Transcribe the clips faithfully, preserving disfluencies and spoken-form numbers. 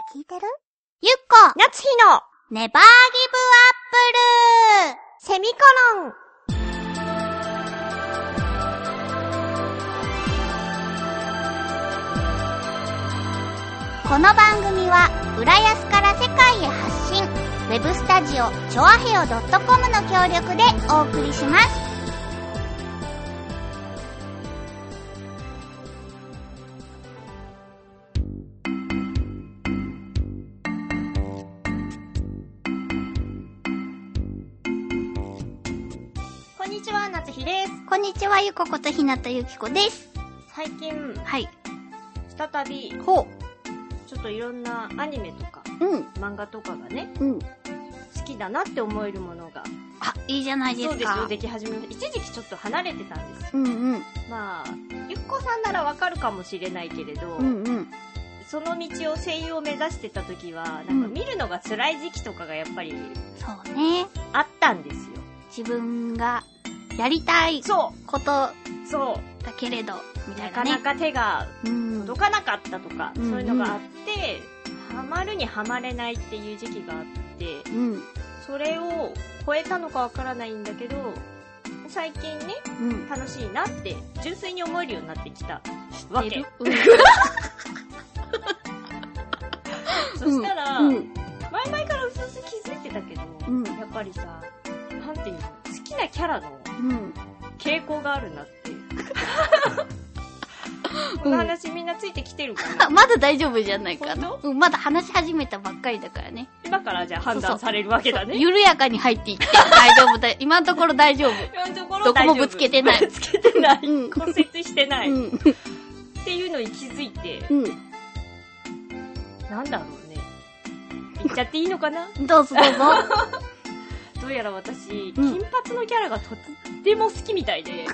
聞いてる？ゆっこ夏日のネバーギブアップルセミコロン。 この番組は浦安から世界へ発信、ウェブスタジオチョアヘオ .com の協力でお送りします。 こんにちは、夏日です。 こんにちは、ゆこことひなたゆきこです。 最近、 はい。 再び、 ほう。 ちょっといろんなアニメとか、 うん。 漫画とかがね、 うん。 好きだなって思えるものが、 あ、いいじゃないですか。 そうですよ、でき始めました。一時期ちょっと離れてたんですよ。 うんうん。 まあ、ゆっこさんならわかるかもしれないけれど、 うんうん。 その道を声優を目指してた時は、なんか見るのが辛い時期とかがやっぱり、 そうね。 あったんですよ。 自分がやりたいそことうそうだけれど、みたいななね。 かなか手がうん届かなかったとか、 うんそういうのがあって、ハマるにハマれないっていう時期があって、 うん。それを超えたのかわからないんだけど、最近ね、 うん。 楽しいなって純粋に思えるようになってきたわけ。 うん。 そしたら、 うん。 前々からうすうす気づいてたけど、 うんやっぱりさ、なんていうの、好きなキャラのうん傾向があるなって。この話みんなついてきてるかな、 まだ大丈夫じゃないかな。 本うん、まだ話し始めたばっかりだからね。 今からじゃあ判断されるわけだね。 緩やかに入っていって大丈夫だ。今のところ大丈夫。 今のところどこもぶつけてない。 ぶつけてない。 うん骨折してない、 うん。 っていうのに気づいて、 うん。 なんだろうね。言っちゃっていいのかな。 どうぞどうぞ。 どうやら私、 うん金髪のキャラがとっても好きみたいで。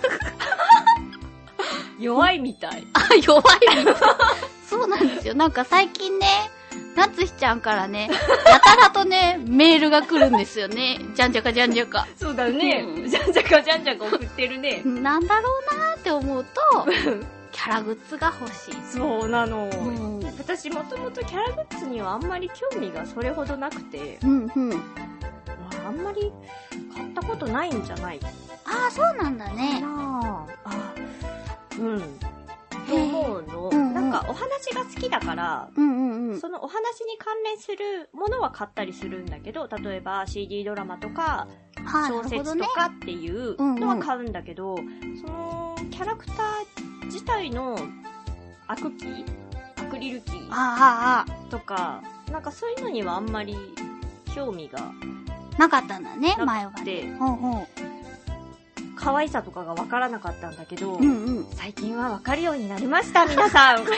弱いみたい。 あ、弱いみたい。そうなんですよ。なんか最近ね、なつひちゃんからね、やたらとね、メールが来るんですよね。じゃんじゃかじゃんじゃか。 そうだね。 うんじゃんじゃかじゃんじゃか送ってるね。 なんだろうなーって思うと、キャラグッズが欲しい。 そうなの。 うん。 私もともとキャラグッズにはあんまり興味がそれほどなくて、 うんうん。 あんまり買ったことないんじゃないかああ、そうなんだね。 なあ。あ、うん。と思うの。 うんうんなんかお話が好きだから、 うんうんうん。 そのお話に関連するものは買ったりするんだけど、例えば シーディー ドラマとか、 はあ、 小説となるほかっていうのは買うんだけど、そのキャラクター自体のアクキーアクリルキどね。 ーああ、ああ。 とか、なんかそういうのにはあんまり興味がなかったんだね、 な前はくて、 ね。ほうほ可愛さとかがわからなかったんだけど、 う。うんうん。 最近はわかるようになりました、皆さん。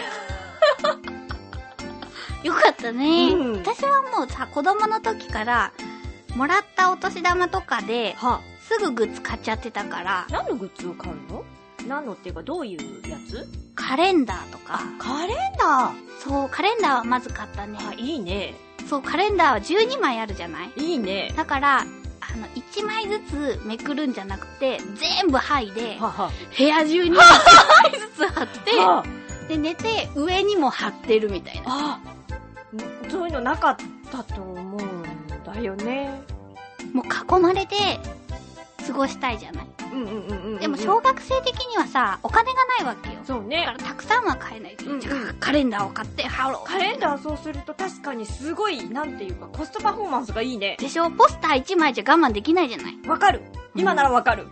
よかったね、 うん私はもうさ、子供の時から、もらったお年玉とかで、 は、 すぐグッズ買っちゃってたから、 何のグッズを買うの？何のっていうかどういうやつ？ カレンダーとか。 カレンダー。 そう、カレンダーはまず買ったね。 あ、いいね。 そう、カレンダーはじゅうにまいあるじゃない？ いいね。 だから、あの、いちまいずつめくるんじゃなくて、全部剥いで、 はは。 部屋中にいちまいずつ貼って、 はで、寝て、上にも貼ってるみたいな。 あ、そういうのなかったと思うんだよね。 もう囲まれて、過ごしたいじゃない。 うんうんうんうん。 でも小学生的にはさ、お金がないわけよ。 そうねだから。たくさんは買えないけど、 うんうんじゃあカレンダーを買って貼ろう。 カレンダーそうすると確かにすごい、なんていうか、コストパフォーマンスがいいね。 でしょ？ポスターいちまいじゃ我慢できないじゃない。 わかる。今ならわかる。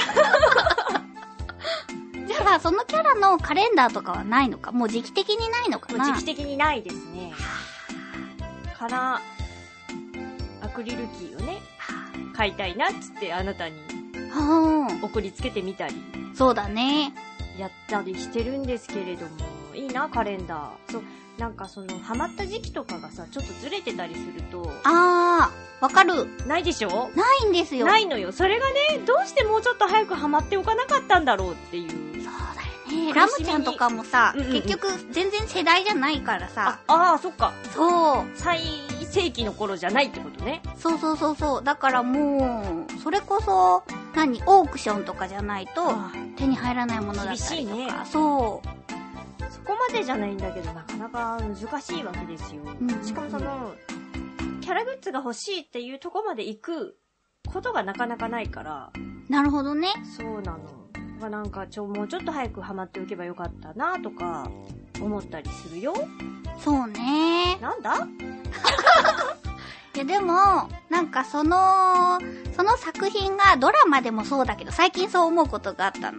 じゃあ、そのキャラのカレンダーとかはないのか？もう時期的にないのかな？ もう時期的にないですね。から、アクリルキーをね、買いたいなっつってあなたにはぁ、 送りつけてみたり、 そうだね。 やったりしてるんですけれども、いいな、カレンダー。そう、なんかその、ハマった時期とかがさ、ちょっとずれてたりすると、 あー、わかる。 ないでしょ？ ないんですよ。 ないのよ。それがね、どうしてもうちょっと早くハマっておかなかったんだろうっていう。 そうだよね。ラムちゃんとかもさ、 うんうんうん結局全然世代じゃないからさあ、、ああ、そっか。 そう。 最盛期の頃じゃないってことね。 そうそうそうそう。だからもう、それこそ、何、オークションとかじゃないとあ手に入らないものだったりとか。 厳しいねそう。 そこまでじゃないんだけど、なかなか難しいわけですよ。 うんうんうん、 しかもその、キャラグッズが欲しいっていうとこまで行くことがなかなかないから。 なるほどね。 そうなの。がなんかちょ、もうちょっと早くハマっておけばよかったなとか、思ったりするよ。 そうね。 なんだいやでも、なんかその、その作品がドラマでもそうだけど、最近そう思うことがあったの。うん。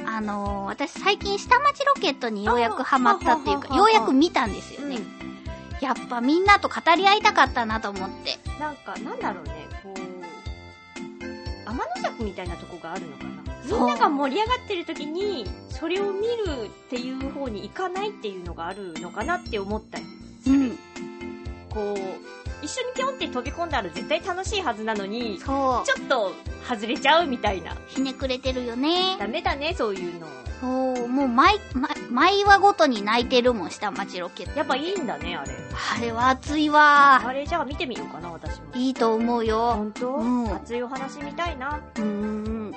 あのー、私最近下町ロケットにようやくハマったっていうか、ようやく見たんですよね。うん、やっぱみんなと語り合いたかったなと思って。なんか、なんだろうね、こう、天の尺みたいなとこがあるのかな。みんなが盛り上がってる時に、それを見るっていう方に行かないっていうのがあるのかなって思ったりする。うん、こう、一緒にピョンって飛び込んだら絶対楽しいはずなのに、そう。ちょっと外れちゃうみたいな。 ひねくれてるよね。 ダメだね、そういうの。 そう、もう毎、毎話ごとに泣いてるもん、下町ロケット。 やっぱいいんだね、あれ。 あれは熱いわ。 あれじゃあ見てみようかな、私も。 いいと思うよ。 ほんと？うん。熱いお話見たいな。うーん。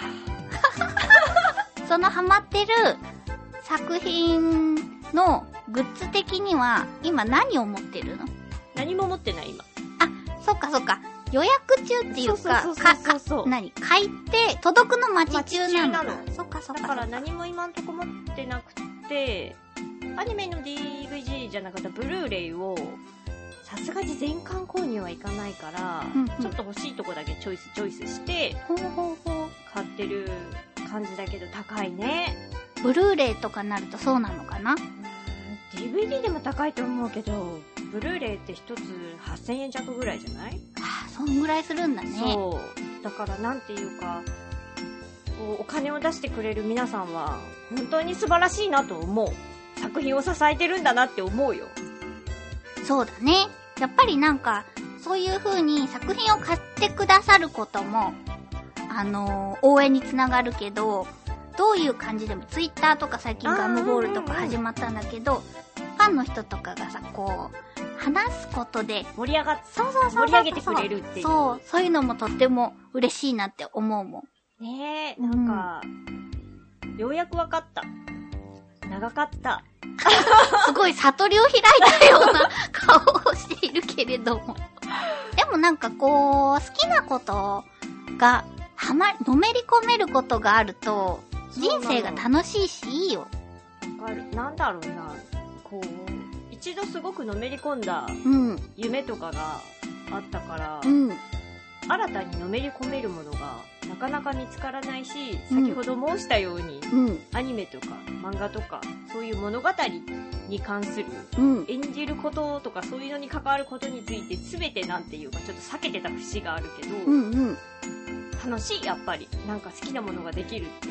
そのハマってる作品のグッズ的には、今何を持ってるの？ 何も持ってない、今。 あ、そっかそっか。予約中っていうか、 そうそうそうそう。 何？書いて、届くの待ち中なの。待ち中なの。そっかそっか。 だから何も今んとこ持ってなくて、アニメの ディーブイジー じゃなかったブルーレイを、さすがに全巻購入はいかないから、うんうん、ちょっと欲しいとこだけチョイスチョイスして、ほうほうほう買ってる感じだけど高いね。 ブルーレイとかなるとそうなのかな？ ディーブイディー でも高いと思うけど、ブルーレイって一つはっせんえん弱ぐらいじゃない？ はあ、そんぐらいするんだね。 そう。だからなんていうか、お金を出してくれる皆さんは本当に素晴らしいなと思う。作品を支えてるんだなって思うよ。 そうだね。やっぱりなんか、そういう風に作品を買ってくださることも、あのー、応援につながるけど、どういう感じでも、ツイッターとか最近ガムボールとか始まったんだけど、ファンの人とかがさ、こう、話すことで、 盛り上がっ、 そうそうそうそう。 盛り上げてくれるっていう。 そう、そういうのもとっても嬉しいなって思うもん。ねえ、なんか、うん、ようやくわかった。長かった。 すごい悟りを開いたような顔をしているけれども。でもなんかこう、好きなことが、はま、のめり込めることがあると、人生が楽しいし、いいよ。 わかる。なんだろうな。こう、一度すごくのめり込んだ、夢とかがあったから、うん、新たにのめり込めるものが、なかなか見つからないし、先ほど申したように、うん、アニメとか漫画とかそういう物語に関する、うん、演じることとかそういうのに関わることについて全てなんていうかちょっと避けてた節があるけど、うんうん、楽しいやっぱりなんか好きなものができるっていう、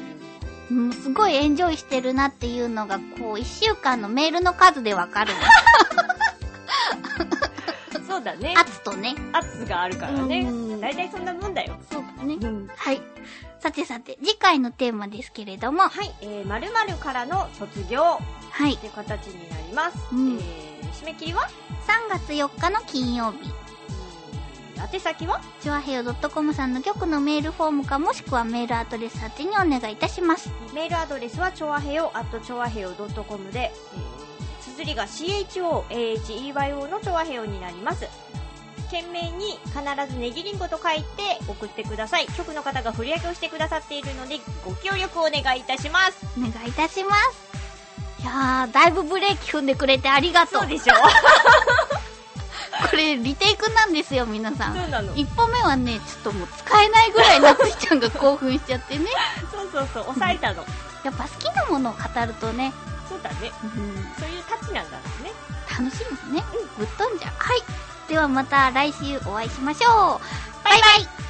うん、すごいエンジョイしてるなっていうのがこういっしゅうかんのメールの数でわかるね。 そうだね。 圧とね。 圧があるからね。だいたいそんなもんだよ。 そうだね。うん、はい。さてさて、次回のテーマですけれども。 はい。えー、〇〇からの卒業。はい。って形になります。うん、えー、締め切りはさんがつよっかの金曜日。 宛先はチョアヘヨ .com さんの局のメールフォームかもしくはメールアドレス宛てにお願いいたします。 メールアドレスはチョアヘヨ アットチョアヘヨ .com で、えー、綴りが シーエイチオーエーエイチイーワイオー のチョアヘヨになります。懸命に必ずネギリンゴと書いて送ってください。局の方が振り分けをしてくださっているのでご協力お願いいたします。 お願いいたします。いやー、だいぶブレーキ踏んでくれてありがとう。 そうでしょ。 これリテイクなんですよ皆さん。 そうなの。 一歩目はねちょっともう使えないぐらいなつちゃんが興奮しちゃってね。 そうそうそう、抑えたの。 やっぱ好きなものを語るとね。 そうだね。うん、そういうタッチなんだろうね。 楽しいもんね。うん、ぶっ飛んじゃう。はい。ではまた来週お会いしましょう。バイバイ。